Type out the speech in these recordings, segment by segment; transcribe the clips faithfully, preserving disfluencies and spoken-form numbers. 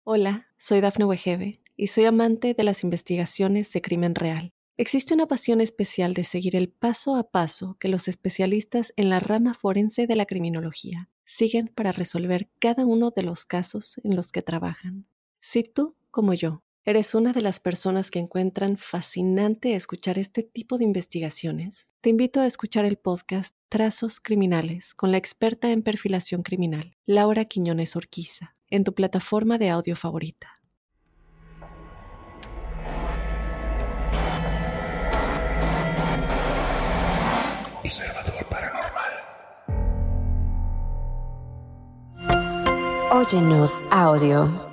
Hola, soy Dafne Wegebe y soy amante de las investigaciones de crimen real. Existe una pasión especial de seguir el paso a paso que los especialistas en la rama forense de la criminología siguen para resolver cada uno de los casos en los que trabajan. Si tú, como yo, eres una de las personas que encuentran fascinante escuchar este tipo de investigaciones, te invito a escuchar el podcast Trazos Criminales con la experta en perfilación criminal, Laura Quiñones Orquiza, en tu plataforma de audio favorita. Observador Paranormal. Óyenos audio.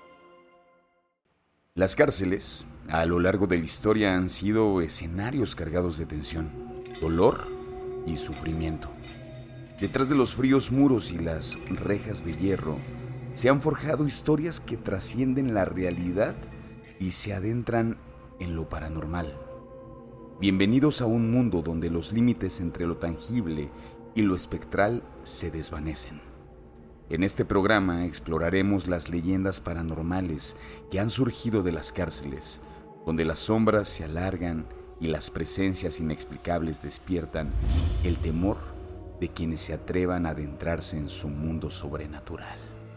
Las cárceles, a lo largo de la historia, han sido escenarios cargados de tensión, dolor y sufrimiento. Detrás de los fríos muros y las rejas de hierro, se han forjado historias que trascienden la realidad y se adentran en lo paranormal. Bienvenidos a un mundo donde los límites entre lo tangible y lo espectral se desvanecen. En este programa exploraremos las leyendas paranormales que han surgido de las cárceles, donde las sombras se alargan y las presencias inexplicables despiertan el temor de quienes se atrevan a adentrarse en su mundo sobrenatural.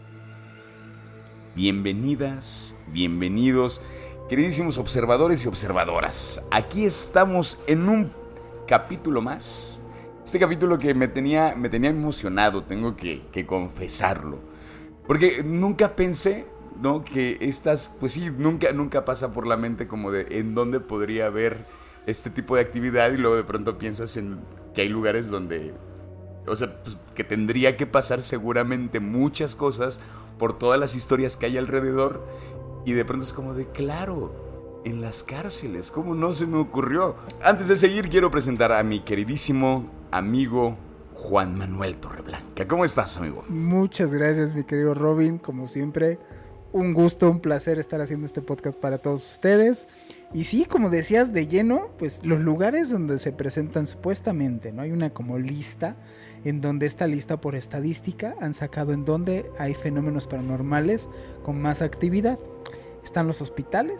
Bienvenidas, bienvenidos, queridísimos observadores y observadoras. Aquí estamos en un capítulo más. Este capítulo que me tenía, me tenía emocionado, tengo que, que confesarlo. Porque nunca pensé, ¿no? Que estas, pues sí, nunca, nunca pasa por la mente como de en dónde podría haber este tipo de actividad. Y luego de pronto piensas en que hay lugares donde, o sea, pues, que tendría que pasar seguramente muchas cosas por todas las historias que hay alrededor. Y de pronto es como de, claro, en las cárceles, ¿cómo no se me ocurrió? Antes de seguir, quiero presentar a mi queridísimo amigo Juan Manuel Torreblanca. ¿Cómo estás, amigo? Muchas gracias, mi querido Robin. Como siempre, un gusto, un placer estar haciendo este podcast para todos ustedes. Y sí, como decías, de lleno, pues los lugares donde se presentan supuestamente, ¿no? Hay una como lista, en donde esta lista por estadística han sacado en donde hay fenómenos paranormales con más actividad. Están los hospitales,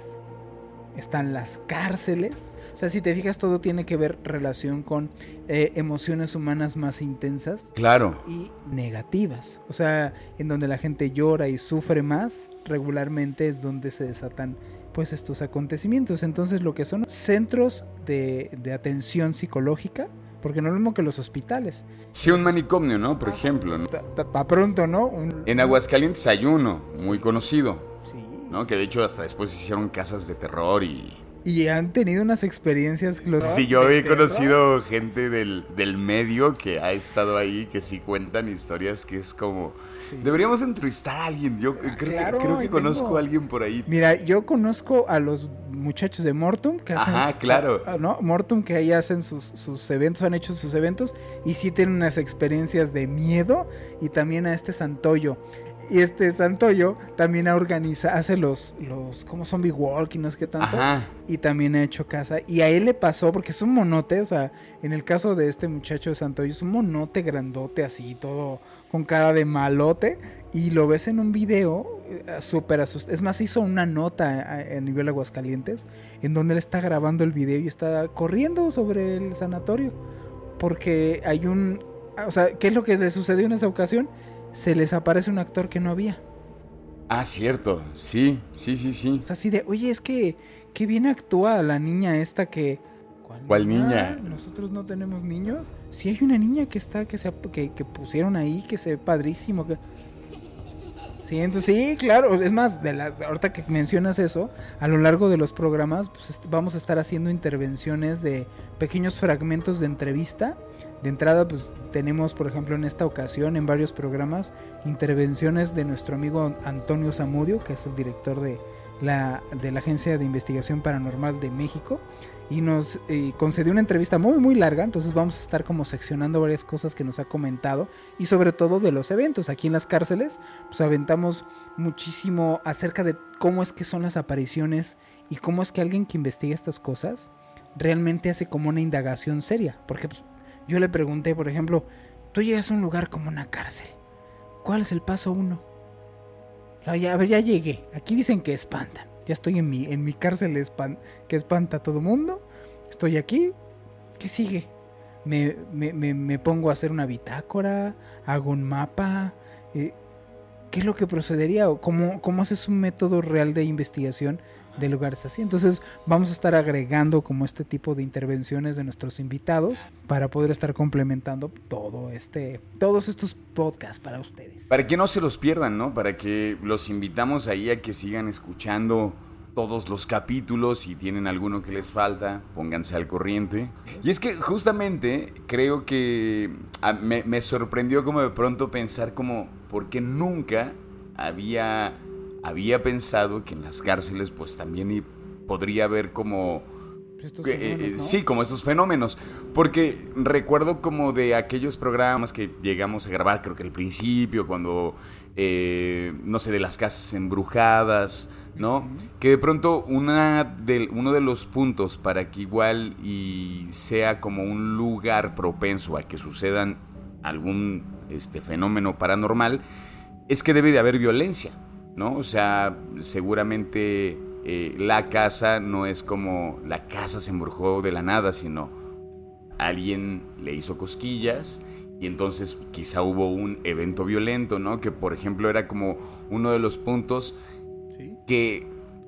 están las cárceles. O sea, si te fijas, todo tiene que ver relación con eh, emociones humanas más intensas. Claro. Y negativas. O sea, en donde la gente llora y sufre más, regularmente es donde se desatan pues estos acontecimientos. Entonces, lo que son centros de, de atención psicológica, porque no es lo mismo que los hospitales. Sí, un manicomio, ¿no? Por ejemplo, ¿no? Para pronto, ¿no? Un... En Aguascalientes hay uno, muy sí. conocido. Sí. ¿No? Que de hecho hasta después hicieron casas de terror y... Y han tenido unas experiencias... Los... Sí, yo he conocido gente del, del medio que ha estado ahí, que sí cuentan historias que es como... Sí. Deberíamos entrevistar a alguien. Yo creo, claro, que, creo que conozco tengo... a alguien por ahí. Mira, yo conozco a los muchachos de Mortum que hacen... Ajá, claro. A, ¿no? Mortum, que ahí hacen sus, sus eventos, han hecho sus eventos y sí tienen unas experiencias de miedo. Y también a este Santoyo. Y este Santoyo también organiza, hace los, los como zombie walk y no sé qué tanto. Ajá. Y también ha hecho casa. Y a él le pasó, porque es un monote, o sea, en el caso de este muchacho de Santoyo, es un monote grandote así, todo con cara de malote. Y lo ves en un video eh, súper asustado. Es más, hizo una nota a, a nivel Aguascalientes, en donde él está grabando el video y está corriendo sobre el sanatorio. Porque hay un... O sea, ¿qué es lo que le sucedió en esa ocasión? Se les aparece un actor que no había. Ah, cierto, sí, sí, sí, sí. O sea, así de, oye, es que qué bien actúa la niña esta que... ¿Cuál, ¿Cuál niña? niña? ¿Nosotros no tenemos niños? Sí hay una niña que está, que se que, que pusieron ahí, que se ve padrísimo. Que... Sí, entonces, sí, claro, es más, de la, ahorita que mencionas eso, a lo largo de los programas, pues vamos a estar haciendo intervenciones de pequeños fragmentos de entrevista. De entrada, pues tenemos, por ejemplo, en esta ocasión, en varios programas, intervenciones de nuestro amigo Antonio Zamudio, que es el director de la, de la Agencia de Investigación Paranormal de México, y nos eh, concedió una entrevista muy, muy larga. Entonces vamos a estar como seccionando varias cosas que nos ha comentado, y sobre todo de los eventos. Aquí en las cárceles, pues aventamos muchísimo acerca de cómo es que son las apariciones y cómo es que alguien que investiga estas cosas realmente hace como una indagación seria, porque pues, yo le pregunté, por ejemplo, tú llegas a un lugar como una cárcel, ¿cuál es el paso uno? O sea, ya, a ver, ya llegué. Aquí dicen que espantan. Ya estoy en mi, en mi cárcel espan, que espanta a todo mundo. Estoy aquí. ¿Qué sigue? Me, me, me, me pongo a hacer una bitácora, hago un mapa. Eh, ¿Qué es lo que procedería? ¿O cómo, cómo haces un método real de investigación de lugares así? Entonces vamos a estar agregando como este tipo de intervenciones de nuestros invitados para poder estar complementando todo este, todos estos podcasts para ustedes. Para que no se los pierdan, ¿no? Para que los invitamos ahí a que sigan escuchando todos los capítulos. Si tienen alguno que les falta, pónganse al corriente. Y es que justamente creo que a, me, me sorprendió como de pronto pensar como, ¿por qué nunca había, había pensado que en las cárceles pues también podría haber como... Estos Que, fenómenos, eh, ¿no? Sí, como esos fenómenos. Porque recuerdo como de aquellos programas que llegamos a grabar, creo que al principio, cuando, eh, no sé, de las casas embrujadas, ¿no? Uh-huh. Que de pronto una de, uno de los puntos para que igual y sea como un lugar propenso a que sucedan algún este, fenómeno paranormal, es que debe de haber violencia, ¿no? O sea, seguramente... Eh, la casa no es como la casa se embrujó de la nada, sino alguien le hizo cosquillas y entonces quizá hubo un evento violento, ¿no? Que por ejemplo era como uno de los puntos ¿Sí? que,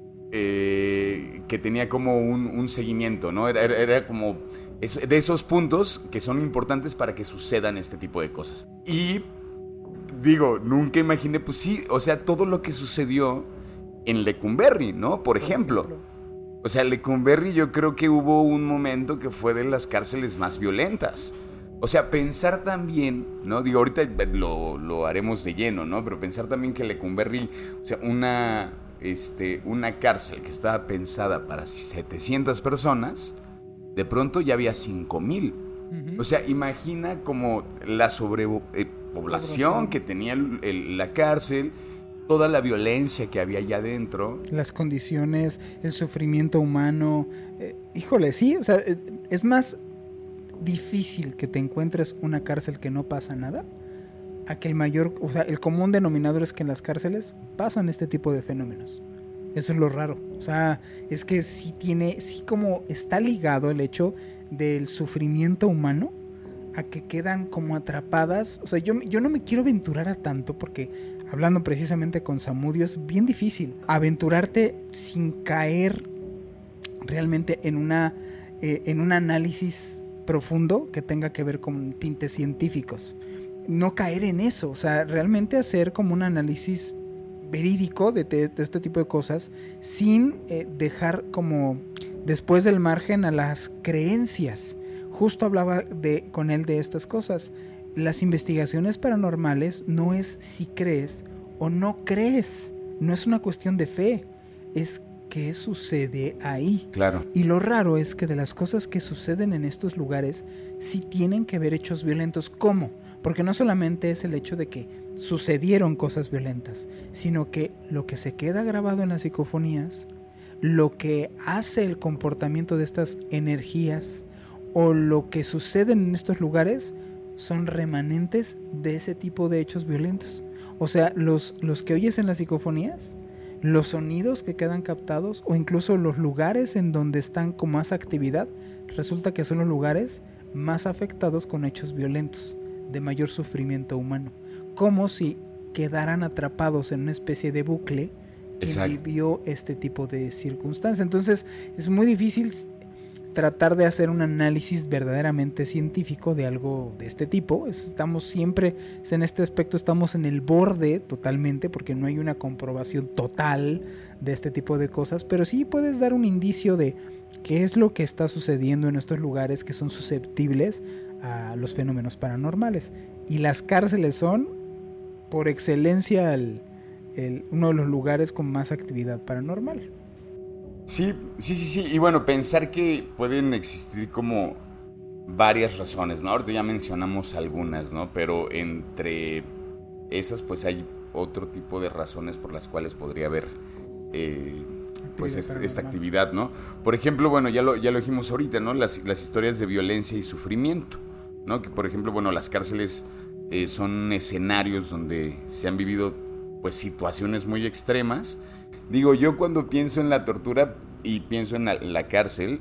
eh, que tenía como un, un seguimiento, ¿no? Era, era, era como es, de esos puntos que son importantes para que sucedan este tipo de cosas. Y digo, nunca imaginé, pues sí, o sea, todo lo que sucedió en Lecumberri, ¿no? Por ejemplo. O sea, Lecumberri yo creo que hubo un momento que fue de las cárceles más violentas. O sea, pensar también, ¿no? Digo, ahorita lo, lo haremos de lleno, ¿no? Pero pensar también que Lecumberri, o sea, una, este, una cárcel que estaba pensada para setecientas personas, de pronto ya había cinco mil. Uh-huh. O sea, imagina como la sobrepoblación que tenía el, el, la cárcel, toda la violencia que había allá adentro. Las condiciones, el sufrimiento humano. Eh, híjole, sí, o sea, eh, es más difícil que te encuentres una cárcel que no pasa nada, a que el mayor, o sea, el común denominador es que en las cárceles pasan este tipo de fenómenos. Eso es lo raro. O sea, es que sí tiene, sí como está ligado el hecho del sufrimiento humano a que quedan como atrapadas. O sea, yo, yo no me quiero aventurar a tanto porque... Hablando precisamente con Samudio, es bien difícil aventurarte sin caer realmente en una eh, en un análisis profundo que tenga que ver con tintes científicos. No caer en eso, o sea, realmente hacer como un análisis verídico de, de, de este tipo de cosas sin eh, dejar como después del margen a las creencias. Justo hablaba de, con él de estas cosas. Las investigaciones paranormales no es si crees o no crees, no es una cuestión de fe, es qué sucede ahí. Claro. Y lo raro es que de las cosas que suceden en estos lugares sí tienen que ver hechos violentos. ¿Cómo? Porque no solamente es el hecho de que sucedieron cosas violentas, sino que lo que se queda grabado en las psicofonías, lo que hace el comportamiento de estas energías o lo que sucede en estos lugares son remanentes de ese tipo de hechos violentos. O sea, los, los que oyes en las psicofonías, los sonidos que quedan captados o incluso los lugares en donde están con más actividad, resulta que son los lugares más afectados con hechos violentos, de mayor sufrimiento humano. Como si quedaran atrapados en una especie de bucle que vivió este tipo de circunstancias. Entonces es muy difícil tratar de hacer un análisis verdaderamente científico de algo de este tipo. Estamos siempre, en este aspecto estamos en el borde totalmente, porque no hay una comprobación total de este tipo de cosas, pero sí puedes dar un indicio de qué es lo que está sucediendo en estos lugares que son susceptibles a los fenómenos paranormales. Y las cárceles son, por excelencia, el, el, uno de los lugares con más actividad paranormal. Sí, sí, sí, sí. Y bueno, pensar que pueden existir como varias razones, ¿no? Ahorita ya mencionamos algunas, ¿no? Pero entre esas, pues hay otro tipo de razones por las cuales podría haber eh, pues este, esta actividad, ¿no? Por ejemplo, bueno, ya lo, ya lo dijimos ahorita, ¿no? Las, las historias de violencia y sufrimiento, ¿no? Que por ejemplo, bueno, las cárceles eh, son escenarios donde se han vivido pues situaciones muy extremas. Digo, yo cuando pienso en la tortura y pienso en la, la cárcel,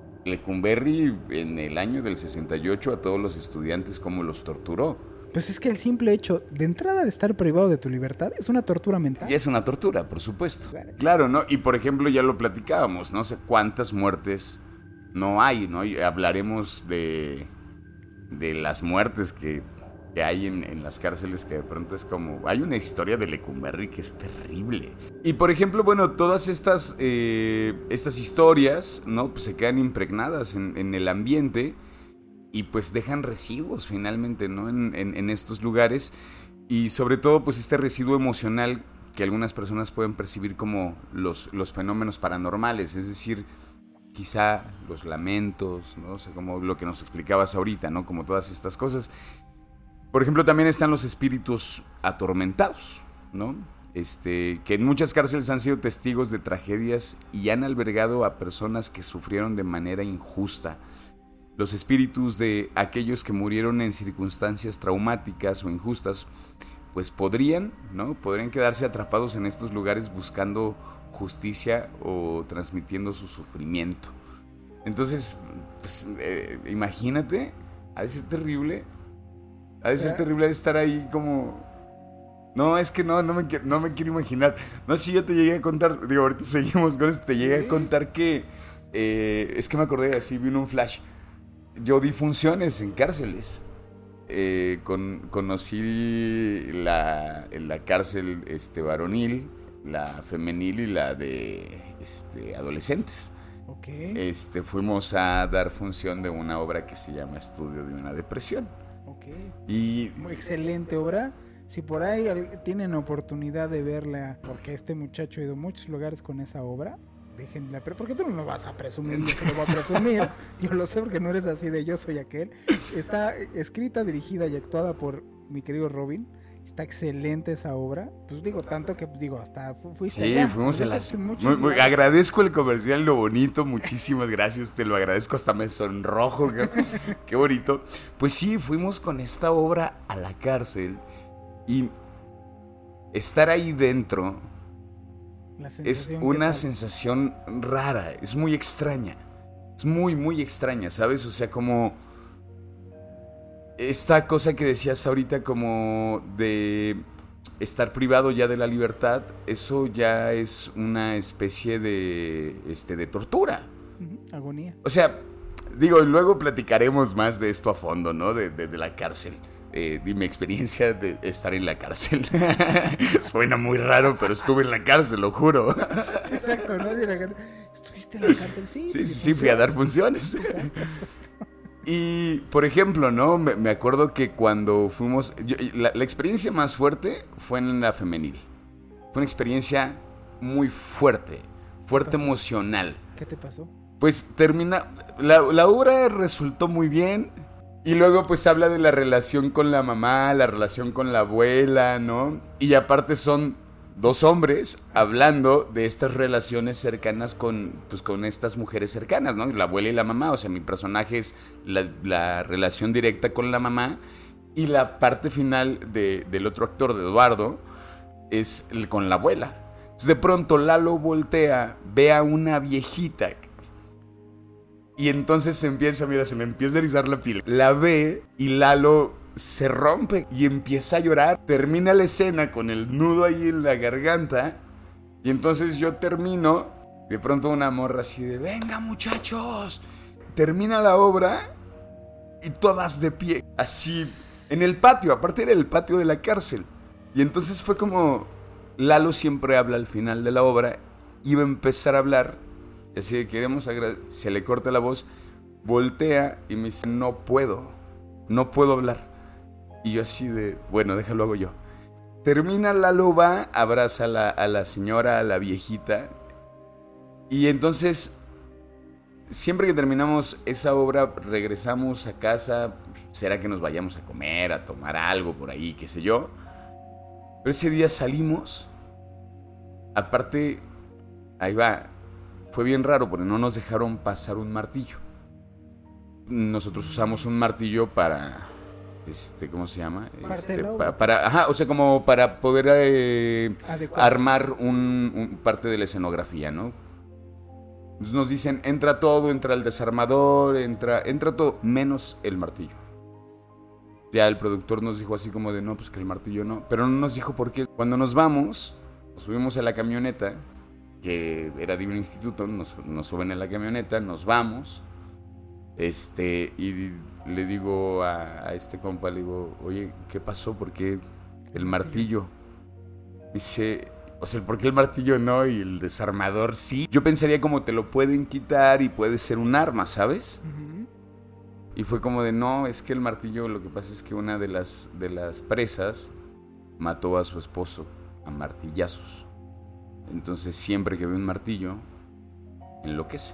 Lecumberri en el año del sesenta y ocho a todos los estudiantes cómo los torturó. Pues es que el simple hecho de entrada de estar privado de tu libertad es una tortura mental. Y es una tortura, por supuesto. Claro, claro, ¿no? Y por ejemplo, ya lo platicábamos, no sé cuántas muertes no hay, ¿no? Y hablaremos de, de las muertes que, que hay en, en las cárceles, que de pronto es como... Hay una historia de Lecumberri que es terrible. Y por ejemplo, bueno, todas estas, eh, estas historias, ¿no? Pues se quedan impregnadas en, en el ambiente y pues dejan residuos finalmente, ¿no? En, en, en estos lugares. Y sobre todo, pues este residuo emocional que algunas personas pueden percibir como los, los fenómenos paranormales, es decir... Quizá los lamentos, ¿no? O sea, como lo que nos explicabas ahorita, ¿no? Como todas estas cosas. Por ejemplo, también están los espíritus atormentados, ¿no? Este, que en muchas cárceles han sido testigos de tragedias y han albergado a personas que sufrieron de manera injusta. Los espíritus de aquellos que murieron en circunstancias traumáticas o injustas, pues podrían, ¿no? Podrían quedarse atrapados en estos lugares buscando justicia o transmitiendo su sufrimiento. Entonces, pues, eh, imagínate, ha de ser terrible, ha de ser terrible de estar ahí como... No, es que no, no me, no me quiero imaginar. No, si yo te llegué a contar, digo, ahorita seguimos con esto, te llegué a contar que, eh, es que me acordé, así vino un flash. Yo di funciones en cárceles. Eh, con, conocí la, la cárcel este, varonil, la femenil y la de este, adolescentes. Okay. Este, fuimos a dar función de una obra que se llama Estudio de una depresión. Okay. Y muy excelente obra. Si por ahí tienen oportunidad de verla, porque este muchacho ha ido a muchos lugares con esa obra, déjenla, pero porque tú no lo vas a presumir, yo te lo voy a presumir, yo lo sé porque no eres así de yo soy aquel. Está escrita, dirigida y actuada por mi querido Robin. Está excelente esa obra. Pues digo, tanto que digo, hasta fuiste sí, allá. fuimos a las... Muy, muy, agradezco el comercial, lo bonito, muchísimas gracias, te lo agradezco, hasta me sonrojo, qué, qué bonito. Pues sí, fuimos con esta obra a la cárcel y estar ahí dentro es una sensación rara, es muy extraña, es muy, muy extraña, ¿sabes? O sea, como... Esta cosa que decías ahorita como de estar privado ya de la libertad, eso ya es una especie de, este, de tortura. Uh-huh. Agonía. O sea, digo, luego platicaremos más de esto a fondo, ¿no? De, de, de la cárcel. Eh, de mi experiencia de estar en la cárcel. Suena muy raro, pero estuve en la cárcel, lo juro. Exacto, ¿no? ¿Estuviste en la cárcel? Sí, sí, sí, sí, fui a dar funciones. Y, por ejemplo, ¿no? Me, me acuerdo que cuando fuimos... Yo, la, la experiencia más fuerte fue en la femenil. Fue una experiencia muy fuerte, fuerte emocional. ¿Qué te pasó? Pues termina... La, la obra resultó muy bien. Y luego pues habla de la relación con la mamá, la relación con la abuela, ¿no? Y aparte son dos hombres hablando de estas relaciones cercanas con, pues, con estas mujeres cercanas, ¿no? La abuela y la mamá, o sea, mi personaje es la, la relación directa con la mamá y la parte final de, del otro actor, de Eduardo, es el, con la abuela. Entonces de pronto Lalo voltea, ve a una viejita y entonces se empieza, mira, se me empieza a erizar la piel. La ve y Lalo se rompe y empieza a llorar. Termina la escena con el nudo ahí en la garganta. Y entonces yo termino. De pronto una morra así de: venga muchachos. Termina la obra y todas de pie. Así en el patio. Aparte era el patio de la cárcel. Y entonces fue como... Lalo siempre habla al final de la obra. Iba a empezar a hablar. Y así de: queremos agra-". Se le corta la voz. Voltea y me dice: no puedo. No puedo hablar. Y yo así de, bueno, déjalo hago yo. Termina Lalo, va, abraza a la, a la señora, a la viejita. Y entonces, siempre que terminamos esa obra, regresamos a casa. Será que nos vayamos a comer, a tomar algo por ahí, qué sé yo. Pero ese día salimos. Aparte, ahí va, fue bien raro porque no nos dejaron pasar un martillo. Nosotros usamos un martillo para... este, ¿cómo se llama? Parte Este, de la obra. pa- para, ajá, o sea, como para poder eh, Adecuado. armar un, un parte de la escenografía, ¿no? Entonces nos dicen, entra todo, entra el desarmador, entra, entra todo, menos el martillo. Ya el productor nos dijo así como de, no, pues que el martillo no. Pero no nos dijo por qué. Cuando nos vamos, nos subimos a la camioneta, que era de un instituto, nos, nos suben a la camioneta, nos vamos. Este, y le digo a, a este compa, le digo, oye, ¿qué pasó? ¿Por qué el martillo? Dice, o sea, ¿por qué el martillo no y el desarmador sí? Yo pensaría como te lo pueden quitar y puede ser un arma, ¿sabes? Ujú. Y fue como de, no, es que el martillo, lo que pasa es que una de las, de las presas mató a su esposo a martillazos. Entonces siempre que ve un martillo, enloquece.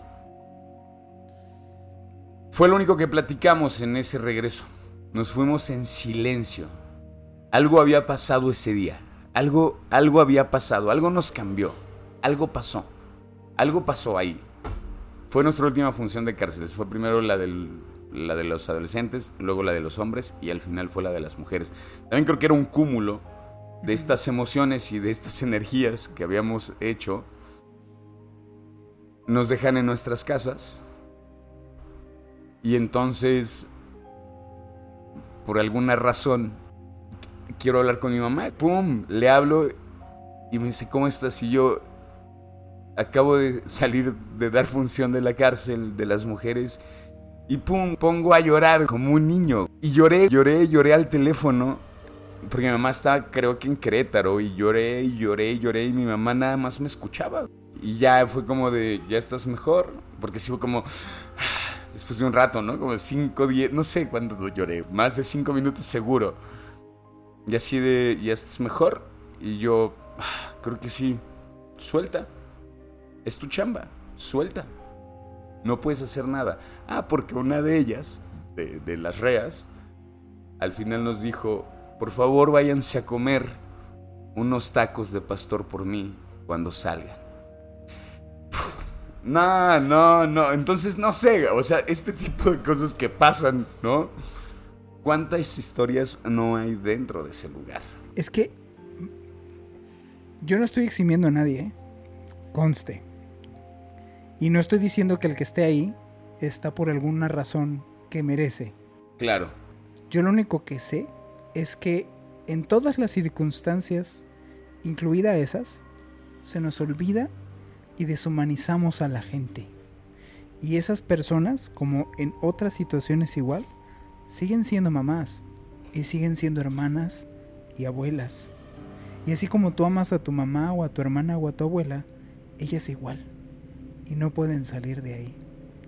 Fue lo único que platicamos en ese regreso. Nos fuimos en silencio. Algo había pasado ese día. Algo, algo había pasado. Algo nos cambió. Algo pasó. Algo pasó ahí. Fue nuestra última función de cárceles. Fue primero la, del, la de los adolescentes, luego la de los hombres y al final fue la de las mujeres. También creo que era un cúmulo de estas emociones y de estas energías que habíamos hecho. Nos dejan en nuestras casas. Y entonces, por alguna razón, quiero hablar con mi mamá. ¡Pum! Le hablo y me dice, ¿cómo estás? Y yo acabo de salir de dar función de la cárcel de las mujeres y ¡pum! Pongo a llorar como un niño. Y lloré, lloré, lloré al teléfono porque mi mamá estaba, creo que en Querétaro, y lloré, y lloré, y lloré y mi mamá nada más me escuchaba. Y ya fue como de, ¿ya estás mejor? Porque sí fue como... Después de un rato, ¿no? Como cinco, diez, no sé cuánto lloré. Más de cinco minutos seguro. Y así de, ¿ya estás mejor? Y yo, ah, creo que sí. Suelta. Es tu chamba. Suelta. No puedes hacer nada. Ah, porque una de ellas, de, de las reas, al final nos dijo, por favor váyanse a comer unos tacos de pastor por mí cuando salgan. No, no, no. Entonces, no sé, o sea, este tipo de cosas que pasan, ¿no? ¿Cuántas historias no hay dentro de ese lugar? Es que yo no estoy eximiendo a nadie, ¿eh? Conste. Y no estoy diciendo que el que esté ahí está por alguna razón que merece. Claro. Yo lo único que sé es que en todas las circunstancias, incluida esas, se nos olvida y deshumanizamos a la gente. Y esas personas, como en otras situaciones igual, siguen siendo mamás y siguen siendo hermanas y abuelas. Y así como tú amas a tu mamá o a tu hermana o a tu abuela, ellas igual. Y no pueden salir de ahí.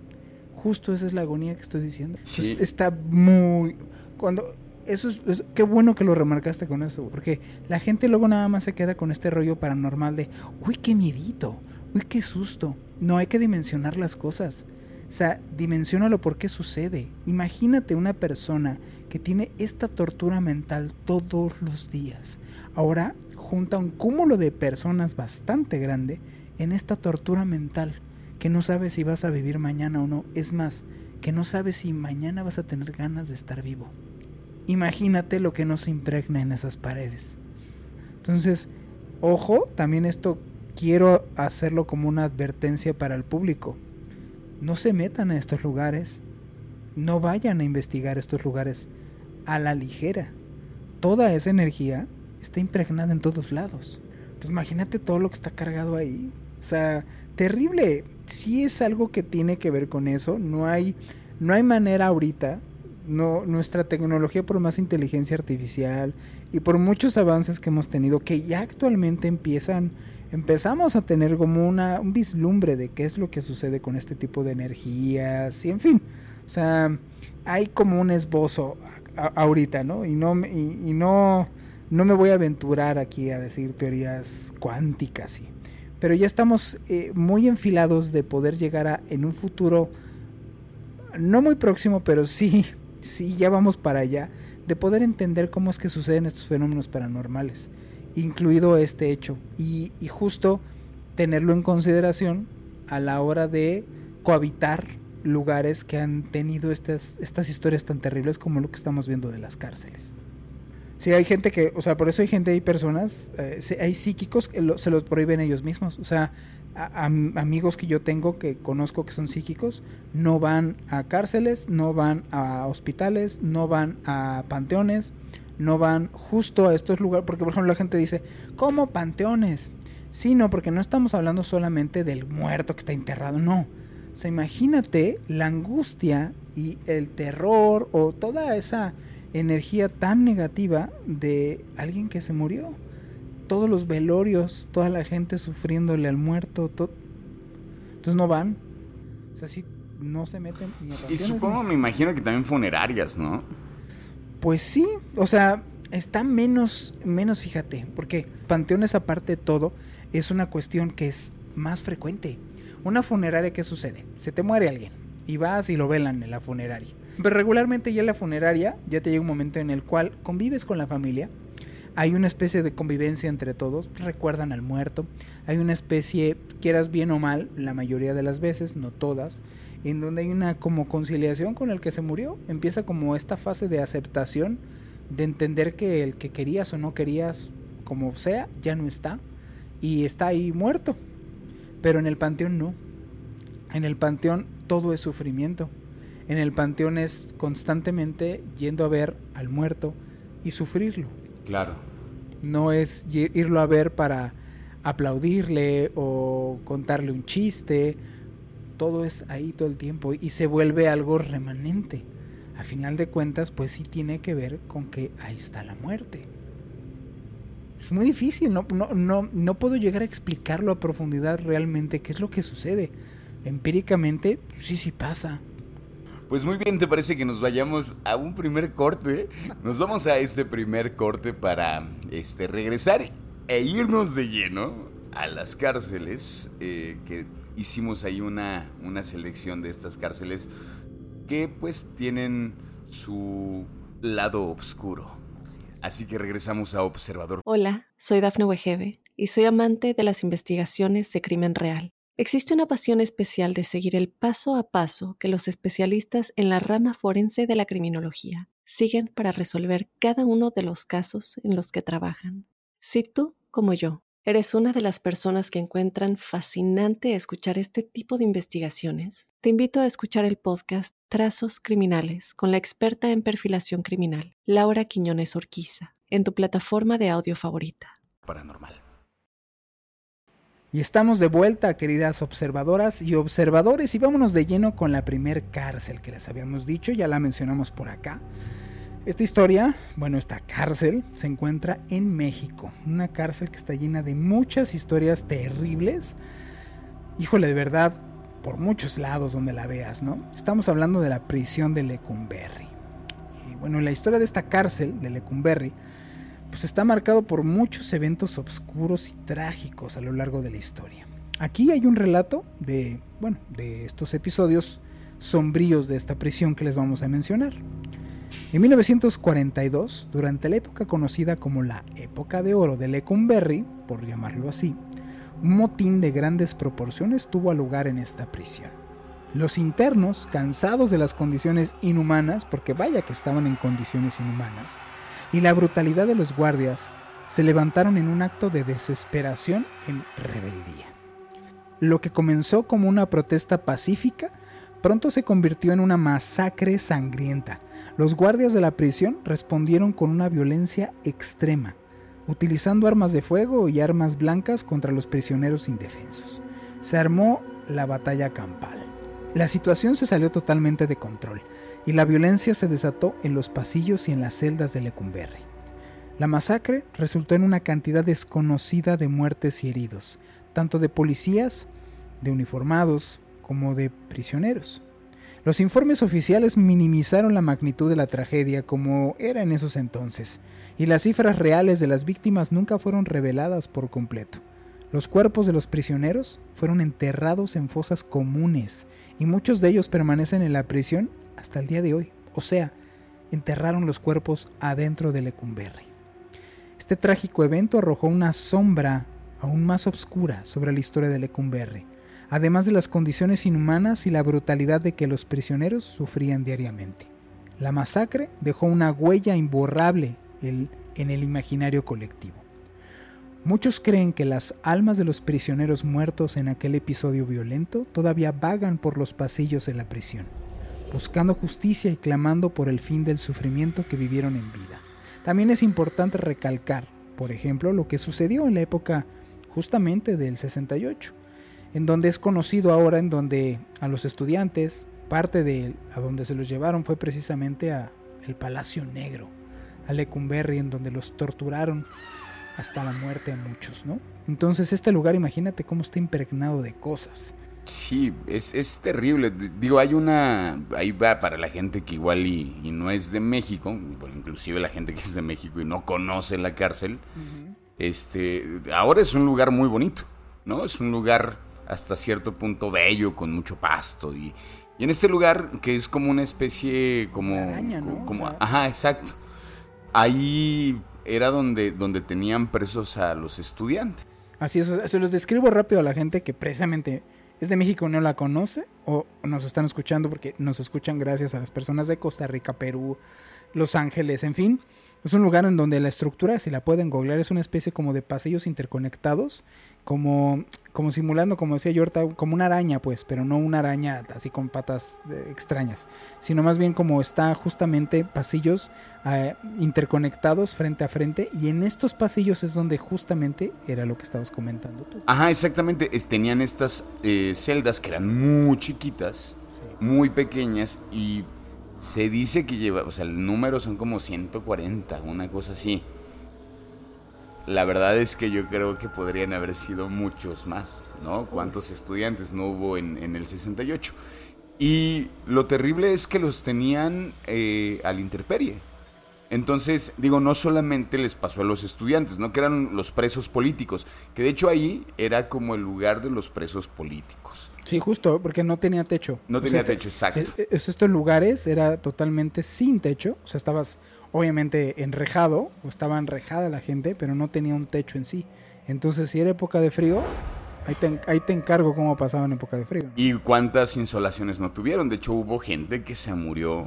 Justo esa es la agonía que estoy diciendo. Sí. Entonces, está muy... Cuando... Eso es, es... Qué bueno que lo remarcaste con eso. Porque la gente luego nada más se queda con este rollo paranormal de... Uy, qué miedito. Uy, qué susto. No, hay que dimensionar las cosas. O sea, dimensiónalo por qué sucede. Imagínate una persona que tiene esta tortura mental todos los días. Ahora junta un cúmulo de personas bastante grande en esta tortura mental, que no sabes si vas a vivir mañana o no. Es más, que no sabes si mañana vas a tener ganas de estar vivo. Imagínate lo que no se impregna en esas paredes. Entonces, ojo, también esto quiero hacerlo como una advertencia para el público. No se metan a estos lugares. No vayan a investigar estos lugares a la ligera. Toda esa energía está impregnada en todos lados. Pues imagínate todo lo que está cargado ahí. O sea, terrible. Sí es algo que tiene que ver con eso. No hay, no hay manera ahorita. No, nuestra tecnología, por más inteligencia artificial y por muchos avances que hemos tenido, que ya actualmente empiezan, empezamos a tener como una, un vislumbre de qué es lo que sucede con este tipo de energías y en fin, o sea, hay como un esbozo a, a, ahorita, ¿no? Y no, y, y no, no me voy a aventurar aquí a decir teorías cuánticas, ¿sí? Pero ya estamos eh, muy enfilados de poder llegar a, en un futuro, no muy próximo, pero sí, sí, ya vamos para allá, de poder entender cómo es que suceden estos fenómenos paranormales, incluido este hecho, y, y justo tenerlo en consideración a la hora de cohabitar lugares que han tenido estas, estas historias tan terribles como lo que estamos viendo de las cárceles. Sí, hay gente que, o sea, por eso hay gente, hay personas, eh, hay psíquicos que lo, se los prohíben ellos mismos. O sea, a, a, amigos que yo tengo que conozco que son psíquicos, no van a cárceles, no van a hospitales, no van a panteones, no van justo a estos lugares, porque por ejemplo la gente dice, ¿cómo panteones? Sí, no, porque no estamos hablando solamente del muerto que está enterrado, no. O sea, imagínate la angustia y el terror o toda esa energía tan negativa de alguien que se murió. Todos los velorios, toda la gente sufriéndole al muerto, todo. Entonces no van. O sea, sí, no se meten ni a Y panteones, supongo, ni... me imagino que también funerarias, ¿no? Pues sí, o sea, está menos, menos, fíjate, porque panteones aparte de todo, es una cuestión que es más frecuente. Una funeraria, ¿qué sucede? Se te muere alguien y vas y lo velan en la funeraria. Pero regularmente ya en la funeraria ya te llega un momento en el cual convives con la familia. Hay una especie de convivencia entre todos, recuerdan al muerto. Hay una especie, quieras bien o mal, la mayoría de las veces, no todas, en donde hay una como conciliación con el que se murió. Empieza como esta fase de aceptación, de entender que el que querías o no querías, como sea, ya no está. Y está ahí muerto. Pero en el panteón no. En el panteón todo es sufrimiento. En el panteón es constantemente yendo a ver al muerto y sufrirlo. Claro. No es irlo a ver para aplaudirle o contarle un chiste. Todo es ahí todo el tiempo y se vuelve algo remanente. A final de cuentas, pues sí tiene que ver con que ahí está la muerte. Es muy difícil, no, no, no, no puedo llegar a explicarlo a profundidad realmente qué es lo que sucede. Empíricamente, sí, sí pasa. Pues muy bien, ¿te parece que nos vayamos a un primer corte? Nos vamos a este primer corte para este, regresar e irnos de lleno a las cárceles, eh, que hicimos ahí una, una selección de estas cárceles que pues tienen su lado oscuro. Así que regresamos a Observador. Hola, soy Dafne Wegebe y soy amante de las investigaciones de crimen real. Existe una pasión especial de seguir el paso a paso que los especialistas en la rama forense de la criminología siguen para resolver cada uno de los casos en los que trabajan. Si tú, como yo, eres una de las personas que encuentran fascinante escuchar este tipo de investigaciones, te invito a escuchar el podcast Trazos Criminales con la experta en perfilación criminal, Laura Quiñones Orquiza, en tu plataforma de audio favorita. Paranormal. Y estamos de vuelta, queridas observadoras y observadores, y vámonos de lleno con la primer cárcel que les habíamos dicho, ya la mencionamos por acá. Esta historia, bueno, esta cárcel se encuentra en México, una cárcel que está llena de muchas historias terribles. Híjole, de verdad, por muchos lados donde la veas, ¿no? Estamos hablando de la prisión de Lecumberri. Y bueno, la historia de esta cárcel de Lecumberri pues está marcado por muchos eventos oscuros y trágicos a lo largo de la historia. Aquí hay un relato de, bueno, de estos episodios sombríos de esta prisión que les vamos a mencionar. En mil novecientos cuarenta y dos, durante la época conocida como la Época de Oro de Lecumberri, por llamarlo así, un motín de grandes proporciones tuvo lugar en esta prisión. Los internos, cansados de las condiciones inhumanas, porque vaya que estaban en condiciones inhumanas, y la brutalidad de los guardias, se levantaron en un acto de desesperación en rebeldía. Lo que comenzó como una protesta pacífica, pronto se convirtió en una masacre sangrienta. Los guardias de la prisión respondieron con una violencia extrema, utilizando armas de fuego y armas blancas contra los prisioneros indefensos. Se armó la batalla campal. La situación se salió totalmente de control y la violencia se desató en los pasillos y en las celdas de Lecumberri. La masacre resultó en una cantidad desconocida de muertes y heridos, tanto de policías, de uniformados, como de prisioneros. Los informes oficiales minimizaron la magnitud de la tragedia como era en esos entonces, y las cifras reales de las víctimas nunca fueron reveladas por completo. Los cuerpos de los prisioneros fueron enterrados en fosas comunes, y muchos de ellos permanecen en la prisión hasta el día de hoy. O sea, enterraron los cuerpos adentro de Lecumberri. Este trágico evento arrojó una sombra aún más oscura sobre la historia de Lecumberri, además de las condiciones inhumanas y la brutalidad de que los prisioneros sufrían diariamente. La masacre dejó una huella imborrable en el imaginario colectivo. Muchos creen que las almas de los prisioneros muertos en aquel episodio violento todavía vagan por los pasillos de la prisión, buscando justicia y clamando por el fin del sufrimiento que vivieron en vida. También es importante recalcar, por ejemplo, lo que sucedió en la época justamente del sesenta y ocho, en donde es conocido ahora, en donde a los estudiantes, parte de a donde se los llevaron fue precisamente a el Palacio Negro, a Lecumberri, en donde los torturaron hasta la muerte a muchos, ¿no? Entonces este lugar, imagínate cómo está impregnado de cosas. Sí, es, es terrible. Digo, hay una... Ahí va para la gente que igual y, y no es de México, bueno, inclusive la gente que es de México y no conoce la cárcel. Uh-huh. Este, ahora es un lugar muy bonito, ¿no? Es un lugar hasta cierto punto bello, con mucho pasto. Y, y en este lugar, que es como una especie... como, una araña, ¿no? Como, o sea... Ajá, exacto. Ahí era donde, donde tenían presos a los estudiantes. Así es, se los describo rápido a la gente que precisamente es de México y no la conoce, o nos están escuchando porque nos escuchan gracias a las personas de Costa Rica, Perú, Los Ángeles, en fin. Es un lugar en donde la estructura, si la pueden googlear, es una especie como de pasillos interconectados, como, como simulando, como decía yo ahorita, como una araña, pues, pero no una araña así con patas eh, extrañas, sino más bien como está justamente pasillos eh, interconectados frente a frente, y en estos pasillos es donde justamente era lo que estabas comentando tú. Ajá, exactamente. Es, tenían estas eh, celdas que eran muy chiquitas, sí. muy pequeñas, y se dice que lleva, o sea, el número son como ciento cuarenta, una cosa así. La verdad es que yo creo que podrían haber sido muchos más, ¿no? ¿Cuántos estudiantes no hubo en, en el sesenta y ocho? Y lo terrible es que los tenían eh, a la intemperie. Entonces, digo, no solamente les pasó a los estudiantes, ¿no? Que eran los presos políticos, que de hecho ahí era como el lugar de los presos políticos. Sí, justo, porque no tenía techo. No tenía o sea, techo, exacto. Es, es, estos lugares era totalmente sin techo, o sea, estabas obviamente enrejado, o estaba enrejada la gente, pero no tenía un techo en sí. Entonces, si era época de frío, ahí te, ahí te encargo cómo pasaba en época de frío, ¿no? Y cuántas insolaciones no tuvieron. De hecho, hubo gente que se murió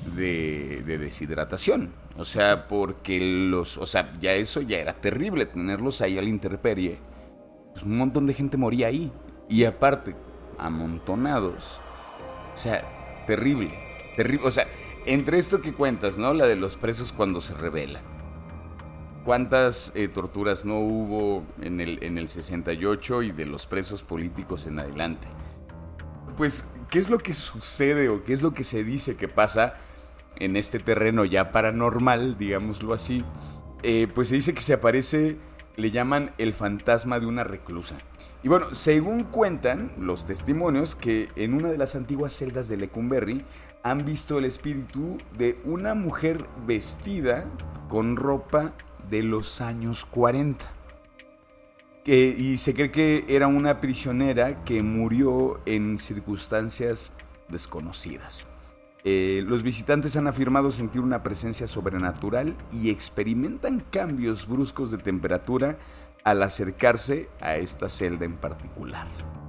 de, de deshidratación. O sea, porque los... O sea, ya eso ya era terrible, tenerlos ahí a la intemperie. Pues un montón de gente moría ahí. Y aparte, amontonados. O sea, terrible. Terrible. O sea, entre esto que cuentas, ¿no? La de los presos cuando se rebelan. ¿Cuántas eh, torturas no hubo en el, en el sesenta y ocho y de los presos políticos en adelante? Pues, ¿qué es lo que sucede o qué es lo que se dice que pasa en este terreno ya paranormal, digámoslo así? Eh, pues se dice que se aparece, le llaman el fantasma de una reclusa. Y bueno, según cuentan los testimonios, que en una de las antiguas celdas de Lecumberri han visto el espíritu de una mujer vestida con ropa de los años cuarenta. Que, y se cree que era una prisionera que murió en circunstancias desconocidas. Eh, los visitantes han afirmado sentir una presencia sobrenatural y experimentan cambios bruscos de temperatura al acercarse a esta celda en particular.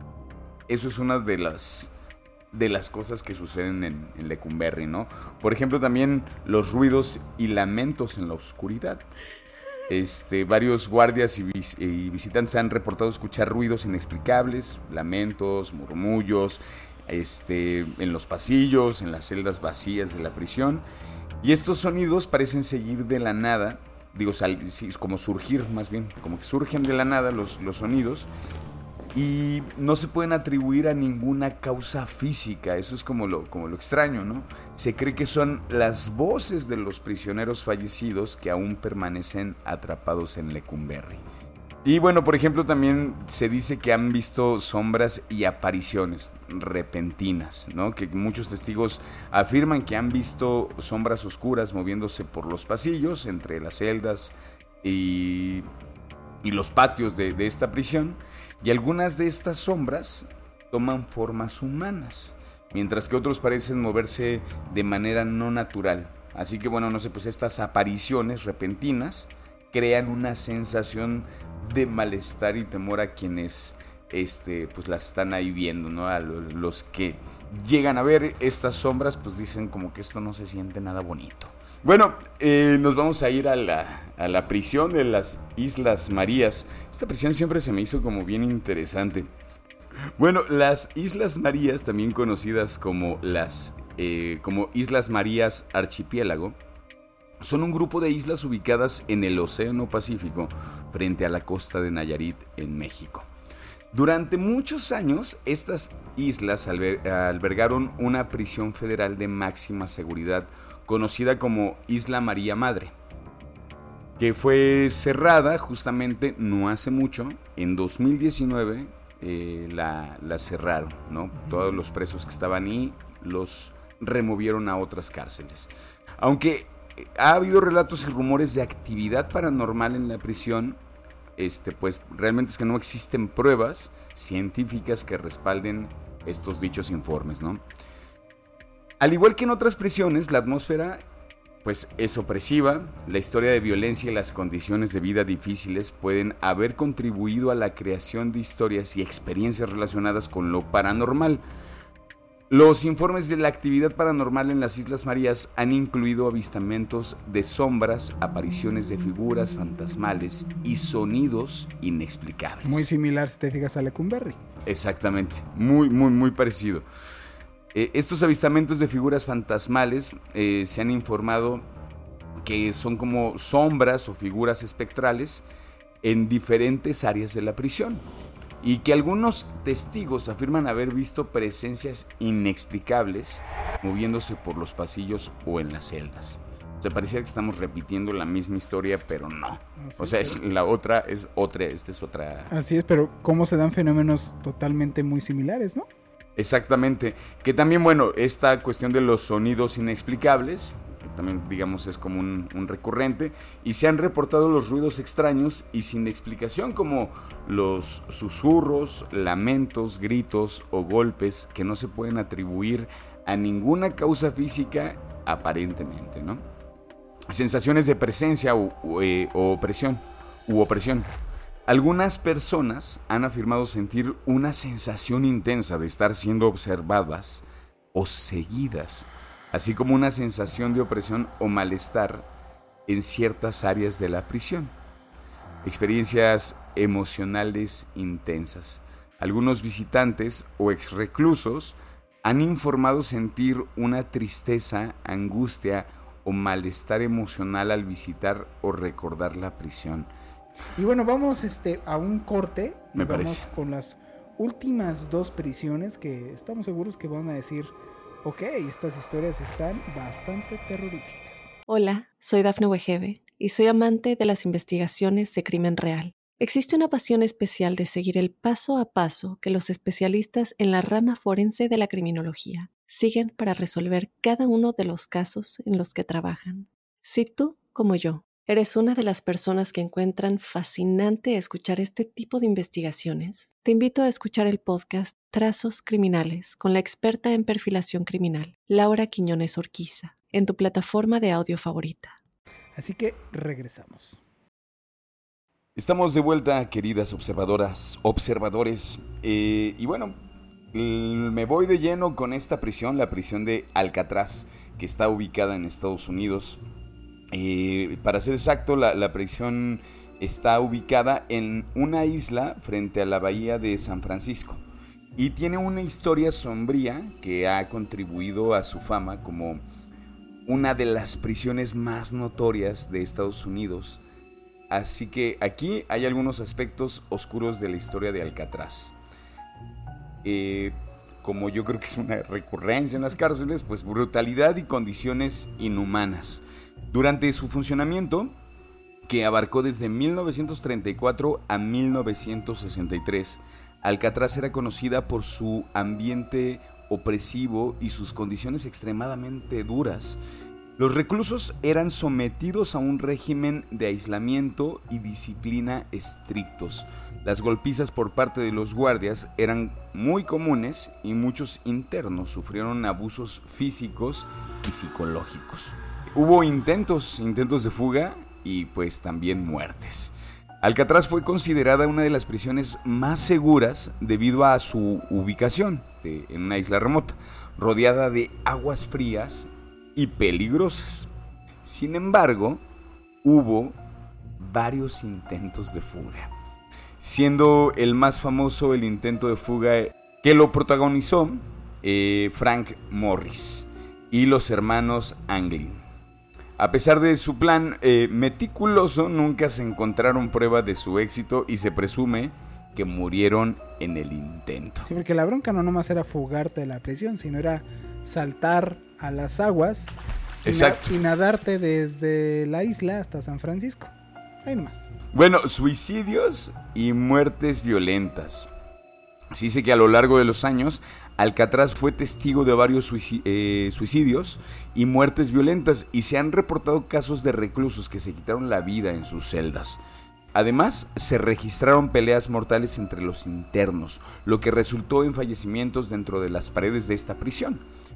Eso es una de las... de las cosas que suceden en, en Lecumberri, ¿no? Por ejemplo, también los ruidos y lamentos en la oscuridad. Este, varios guardias y, vis, y visitantes han reportado escuchar ruidos inexplicables, lamentos, murmullos, este, en los pasillos, en las celdas vacías de la prisión. Y estos sonidos parecen seguir de la nada, digo, sal, como surgir más bien, como que surgen de la nada los, los sonidos. Y no se pueden atribuir a ninguna causa física. Eso es como lo, como lo extraño, ¿no? Se cree que son las voces de los prisioneros fallecidos que aún permanecen atrapados en Lecumberri. Y bueno, por ejemplo, también se dice que han visto sombras y apariciones repentinas, ¿no? Que muchos testigos afirman que han visto sombras oscuras moviéndose por los pasillos, entre las celdas y, y los patios de, de esta prisión. Y algunas de estas sombras toman formas humanas, mientras que otros parecen moverse de manera no natural. Así que bueno, no sé, pues estas apariciones repentinas crean una sensación de malestar y temor a quienes este, pues las están ahí viendo, ¿no? A los que llegan a ver estas sombras, pues dicen como que esto no se siente nada bonito. Bueno, eh, nos vamos a ir a la, a la prisión de las Islas Marías. Esta prisión siempre se me hizo como bien interesante. Bueno, las Islas Marías, también conocidas como las eh, como Islas Marías Archipiélago, son un grupo de islas ubicadas en el Océano Pacífico frente a la costa de Nayarit, en México. Durante muchos años, estas islas alber- albergaron una prisión federal de máxima seguridad conocida como Isla María Madre, que fue cerrada justamente no hace mucho. En dos mil diecinueve eh, la, la cerraron, ¿no? Todos los presos que estaban ahí los removieron a otras cárceles. Aunque ha habido relatos y rumores de actividad paranormal en la prisión, este, pues realmente es que no existen pruebas científicas que respalden estos dichos informes, ¿no? Al igual que en otras prisiones, la atmósfera pues es opresiva. La historia de violencia y las condiciones de vida difíciles pueden haber contribuido a la creación de historias y experiencias relacionadas con lo paranormal. Los informes de la actividad paranormal en las Islas Marías han incluido avistamientos de sombras, apariciones de figuras fantasmales y sonidos inexplicables. Muy similar, si te fijas, a Lecumberri. Exactamente, muy, muy, muy parecido. Eh, estos avistamientos de figuras fantasmales eh, se han informado que son como sombras o figuras espectrales en diferentes áreas de la prisión, y que algunos testigos afirman haber visto presencias inexplicables moviéndose por los pasillos o en las celdas. O sea, parecía que estamos repitiendo la misma historia, pero no. Así o sea, es, pero... la otra es otra, esta es otra. Así es, pero cómo se dan fenómenos totalmente muy similares, ¿no? Exactamente. Que también, bueno, esta cuestión de los sonidos inexplicables, que también, digamos, es como un, un recurrente, y se han reportado los ruidos extraños y sin explicación, como los susurros, lamentos, gritos o golpes que no se pueden atribuir a ninguna causa física aparentemente, ¿no? Sensaciones de presencia o, o, eh, o opresión, u opresión. Algunas personas han afirmado sentir una sensación intensa de estar siendo observadas o seguidas, así como una sensación de opresión o malestar en ciertas áreas de la prisión. Experiencias emocionales intensas. Algunos visitantes o exreclusos han informado sentir una tristeza, angustia o malestar emocional al visitar o recordar la prisión. Y bueno, vamos este, a un corte. Y Me vamos parece. con las últimas dos prisiones que estamos seguros que van a decir, ok, estas historias están bastante terroríficas. Hola, soy Dafne Wegebe y soy amante de las investigaciones de crimen real. Existe una pasión especial de seguir el paso a paso que los especialistas en la rama forense de la criminología siguen para resolver cada uno de los casos en los que trabajan. Si tú, como yo, ¿eres una de las personas que encuentran fascinante escuchar este tipo de investigaciones? Te invito a escuchar el podcast Trazos Criminales con la experta en perfilación criminal, Laura Quiñones Orquiza, en tu plataforma de audio favorita. Así que regresamos. Estamos de vuelta, queridas observadoras, observadores, eh, y bueno, me voy de lleno con esta prisión, la prisión de Alcatraz, que está ubicada en Estados Unidos. Eh, para ser exacto, la, la prisión está ubicada en una isla frente a la bahía de San Francisco y tiene una historia sombría que ha contribuido a su fama como una de las prisiones más notorias de Estados Unidos. Así que aquí hay algunos aspectos oscuros de la historia de Alcatraz. Eh, como yo creo que es una recurrencia en las cárceles, pues brutalidad y condiciones inhumanas. Durante su funcionamiento, que abarcó desde mil novecientos treinta y cuatro a mil novecientos sesenta y tres, Alcatraz era conocida por su ambiente opresivo y sus condiciones extremadamente duras. Los reclusos eran sometidos a un régimen de aislamiento y disciplina estrictos. Las golpizas por parte de los guardias eran muy comunes y muchos internos sufrieron abusos físicos y psicológicos. Hubo intentos, intentos de fuga y pues también muertes. Alcatraz fue considerada una de las prisiones más seguras debido a su ubicación de, en una isla remota, rodeada de aguas frías y peligrosas. Sin embargo, hubo varios intentos de fuga, siendo el más famoso el intento de fuga que lo protagonizó eh, Frank Morris y los hermanos Anglin. A pesar de su plan eh, meticuloso, nunca se encontraron pruebas de su éxito y se presume que murieron en el intento. Sí, porque la bronca no nomás era fugarte de la prisión, sino era saltar a las aguas y, Exacto. na- y nadarte desde la isla hasta San Francisco. Ahí nomás. Bueno, suicidios y muertes violentas. Se dice que a lo largo de los años, Alcatraz fue testigo de varios suici- eh, suicidios y muertes violentas, y se han reportado casos de reclusos que se quitaron la vida en sus celdas. Además, se registraron peleas mortales entre los internos, lo que resultó en fallecimientos dentro de las paredes de esta prisión.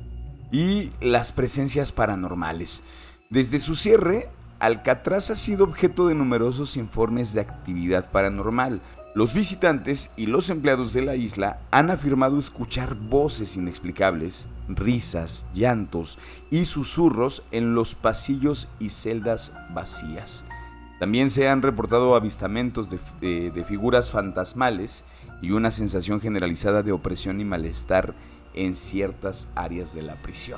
Y las presencias paranormales. Desde su cierre, Alcatraz ha sido objeto de numerosos informes de actividad paranormal. Los visitantes y los empleados de la isla han afirmado escuchar voces inexplicables, risas, llantos y susurros en los pasillos y celdas vacías. También se han reportado avistamientos de, de, de figuras fantasmales y una sensación generalizada de opresión y malestar en ciertas áreas de la prisión.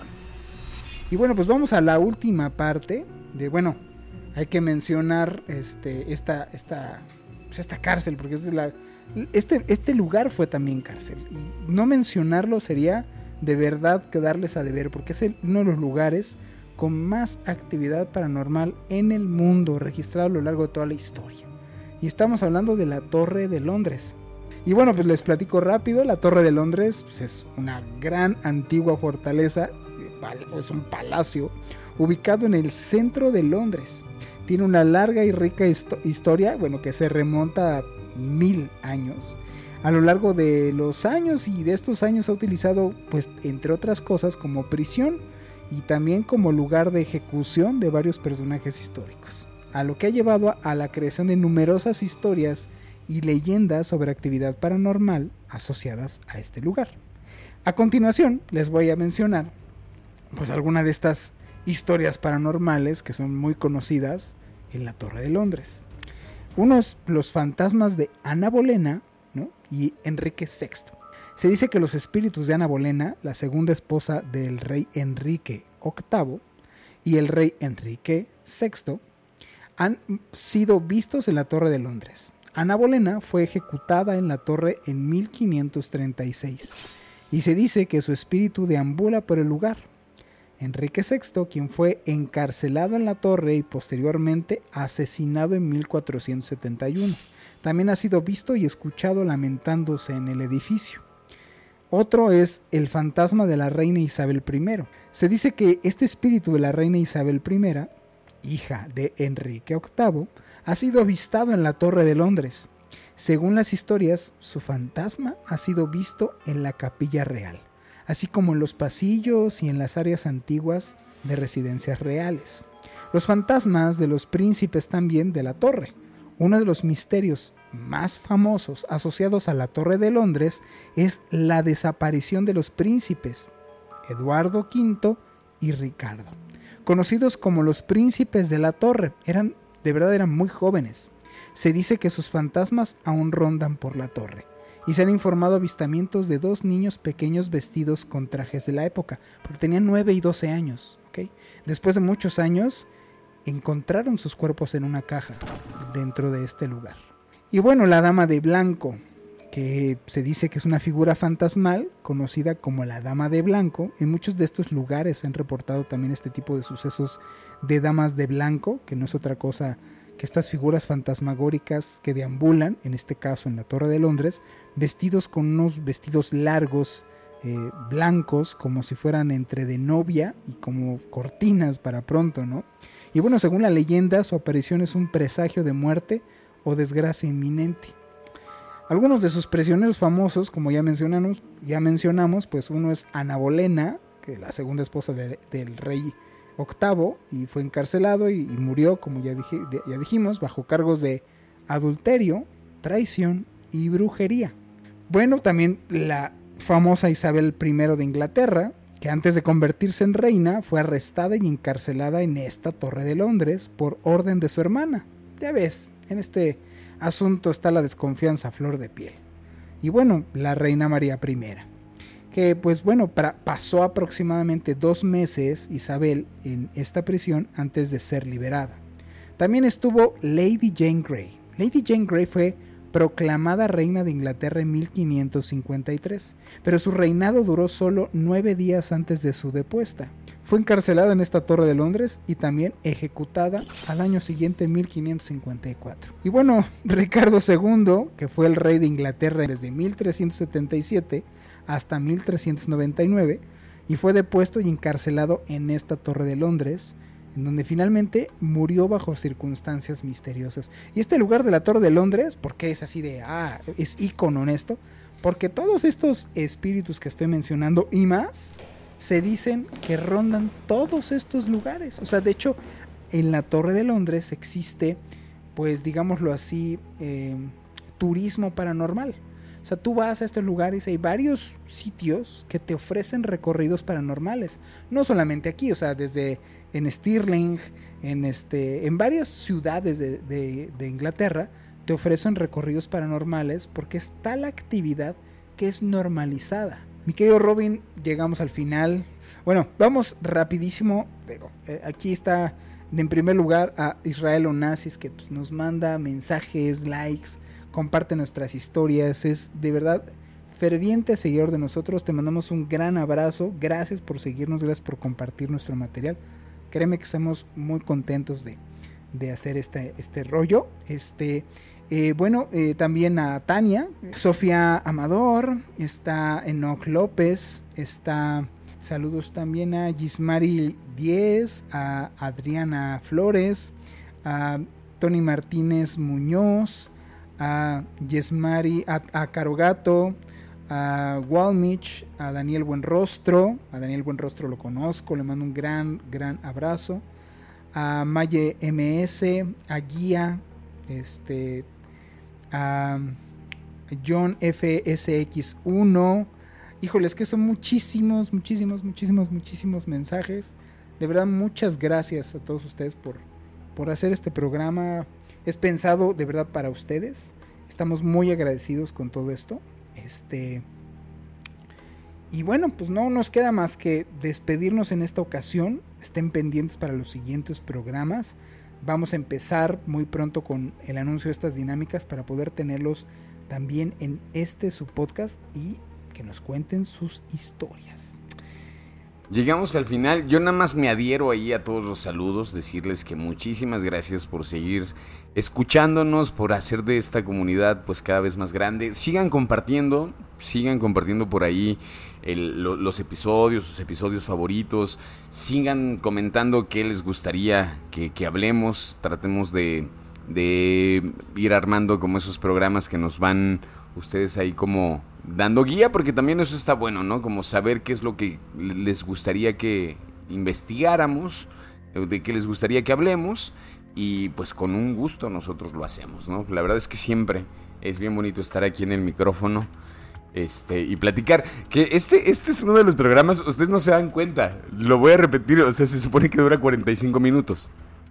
Y bueno, pues vamos a la última parte de, bueno, hay que mencionar este, esta, esta, pues esta cárcel, porque es la, este, este lugar fue también cárcel. Y no mencionarlo sería de verdad quedarles a deber, porque es el, uno de los lugares con más actividad paranormal en el mundo, registrado a lo largo de toda la historia. Y estamos hablando de la Torre de Londres. Y bueno, pues les platico rápido. La Torre de Londres pues es una gran antigua fortaleza, es un palacio ubicado en el centro de Londres. Tiene una larga y rica histo- historia, bueno, que se remonta a mil años. A lo largo de los años y de estos años ha utilizado, pues, entre otras cosas, como prisión y también como lugar de ejecución de varios personajes históricos, a lo que ha llevado a, a la creación de numerosas historias y leyendas sobre actividad paranormal asociadas a este lugar. A continuación les voy a mencionar pues algunas de estas historias paranormales que son muy conocidas en la Torre de Londres. Uno es los fantasmas de Ana Bolena, ¿no? Y Enrique sexto. Se dice que los espíritus de Ana Bolena, la segunda esposa del rey Enrique octavo, y el rey Enrique sexto, han sido vistos en la Torre de Londres. Ana Bolena fue ejecutada en la torre en mil quinientos treinta y seis y se dice que su espíritu deambula por el lugar. Enrique sexto, quien fue encarcelado en la torre y posteriormente asesinado en mil cuatrocientos setenta y uno, también ha sido visto y escuchado lamentándose en el edificio. Otro es el fantasma de la reina Isabel primera. Se dice que este espíritu de la reina Isabel primera, hija de Enrique octavo, ha sido avistado en la Torre de Londres. Según las historias, su fantasma ha sido visto en la Capilla Real, así como en los pasillos y en las áreas antiguas de residencias reales. Los fantasmas de los príncipes también de la torre. Uno de los misterios más famosos asociados a la Torre de Londres es la desaparición de los príncipes Eduardo quinto y Ricardo, conocidos como los príncipes de la torre. Eran, de verdad eran muy jóvenes. Se dice que sus fantasmas aún rondan por la torre, y se han informado avistamientos de dos niños pequeños vestidos con trajes de la época, porque tenían nueve y doce años. ¿Okay? Después de muchos años, encontraron sus cuerpos en una caja dentro de este lugar. Y bueno, la Dama de Blanco, que se dice que es una figura fantasmal conocida como la Dama de Blanco. En muchos de estos lugares se han reportado también este tipo de sucesos de damas de blanco, que no es otra cosa que estas figuras fantasmagóricas que deambulan, en este caso en la Torre de Londres, vestidos con unos vestidos largos, eh, blancos, como si fueran entre de novia y como cortinas para pronto, ¿no? Y bueno, según la leyenda, su aparición es un presagio de muerte o desgracia inminente. Algunos de sus prisioneros famosos, como ya mencionamos, ya mencionamos, pues uno es Ana Bolena, que es la segunda esposa de, del rey octavo, y fue encarcelado y, y murió, como ya, dije, de, ya dijimos, bajo cargos de adulterio, traición y brujería. Bueno, también la famosa Isabel primero de Inglaterra, que antes de convertirse en reina fue arrestada y encarcelada en esta Torre de Londres por orden de su hermana. Ya ves, en este asunto está la desconfianza a flor de piel. Y bueno, la reina María primera, que pues bueno, para, pasó aproximadamente dos meses Isabel en esta prisión antes de ser liberada. También estuvo Lady Jane Grey. Lady Jane Grey fue proclamada reina de Inglaterra en mil quinientos cincuenta y tres, pero su reinado duró solo nueve días antes de su depuesta. Fue encarcelada en esta Torre de Londres y también ejecutada al año siguiente en mil quinientos cincuenta y cuatro. Y bueno, Ricardo segundo, que fue el rey de Inglaterra desde mil trescientos setenta y siete hasta mil trescientos noventa y nueve, y fue depuesto y encarcelado en esta Torre de Londres, en donde finalmente murió bajo circunstancias misteriosas. Y este lugar de la Torre de Londres, ¿por qué es así de, ah, es ícono en esto? Porque todos estos espíritus que estoy mencionando y más, se dicen que rondan todos estos lugares. O sea, de hecho, en la Torre de Londres existe, pues digámoslo así, eh, turismo paranormal. O sea, tú vas a estos lugares y hay varios sitios que te ofrecen recorridos paranormales. No solamente aquí, o sea, desde en Stirling, en, este, en varias ciudades de, de, de Inglaterra, te ofrecen recorridos paranormales porque está la actividad que es normalizada. Mi querido Robin, llegamos al final. Bueno, vamos rapidísimo. Eh, aquí está en primer lugar a Israel Onassis, que pues, nos manda mensajes, likes, comparte nuestras historias. Es de verdad ferviente seguidor de nosotros. Te mandamos un gran abrazo. Gracias por seguirnos, gracias por compartir nuestro material. Créeme que estamos muy contentos de, de hacer este, este rollo. Este... Eh, bueno, eh, también a Tania, Sofía Amador, está Enoch López, está, saludos también a Gismari Díez, a Adriana Flores, a Tony Martínez Muñoz, a Yesmari, a, a Carogato, a Walmich, a Daniel Buenrostro, a Daniel Buenrostro lo conozco, le mando un gran, gran abrazo, a Maye M S, a Guía, este... a John F S X uno. Híjoles, que son muchísimos, muchísimos, muchísimos, muchísimos mensajes. De verdad, muchas gracias a todos ustedes por, por hacer este programa. Es pensado de verdad para ustedes. Estamos muy agradecidos con todo esto. Este y bueno, pues no nos queda más que despedirnos en esta ocasión. Estén pendientes para los siguientes programas. Vamos a empezar muy pronto con el anuncio de estas dinámicas para poder tenerlos también en este su podcast y que nos cuenten sus historias. Llegamos al final. Yo nada más me adhiero ahí a todos los saludos, decirles que muchísimas gracias por seguir escuchándonos, por hacer de esta comunidad pues cada vez más grande. Sigan compartiendo, sigan compartiendo por ahí el, lo, los episodios, sus episodios favoritos. Sigan comentando qué les gustaría que, que hablemos. Tratemos de, de ir armando como esos programas que nos van ustedes ahí como dando guía, porque también eso está bueno, ¿no? Como saber qué es lo que les gustaría que investigáramos, de qué les gustaría que hablemos, y pues con un gusto nosotros lo hacemos, ¿no? La verdad es que siempre es bien bonito estar aquí en el micrófono este y platicar, que este, este es uno de los programas, ustedes no se dan cuenta, lo voy a repetir, o sea, se supone que dura cuarenta y cinco minutos.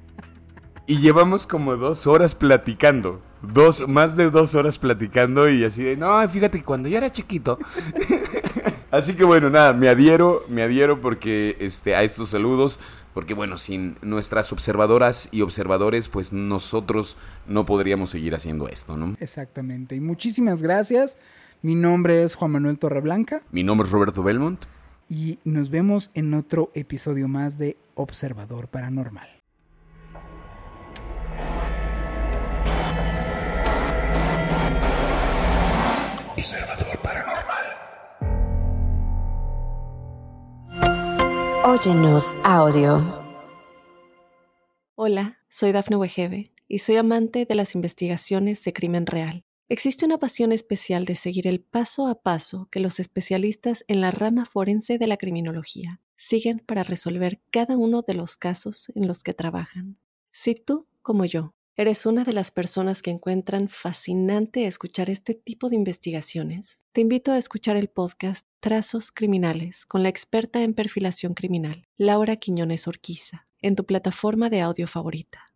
Y llevamos como dos horas platicando. Dos, más de dos horas platicando y así de, no, fíjate que cuando yo era chiquito. Así que bueno, nada, me adhiero, me adhiero porque este, a estos saludos. Porque bueno, sin nuestras observadoras y observadores, pues nosotros no podríamos seguir haciendo esto, ¿no? Exactamente. Y muchísimas gracias. Mi nombre es Juan Manuel Torreblanca. Mi nombre es Roberto Belmont. Y nos vemos en otro episodio más de Observador Paranormal. Observador Paranormal. Óyenos audio. Hola, soy Dafne Wegebe y soy amante de las investigaciones de crimen real. Existe una pasión especial de seguir el paso a paso que los especialistas en la rama forense de la criminología siguen para resolver cada uno de los casos en los que trabajan. Si tú, como yo, ¿Eres una de las personas que encuentran fascinante escuchar este tipo de investigaciones? Te invito a escuchar el podcast Trazos Criminales con la experta en perfilación criminal, Laura Quiñones Orquiza, en tu plataforma de audio favorita.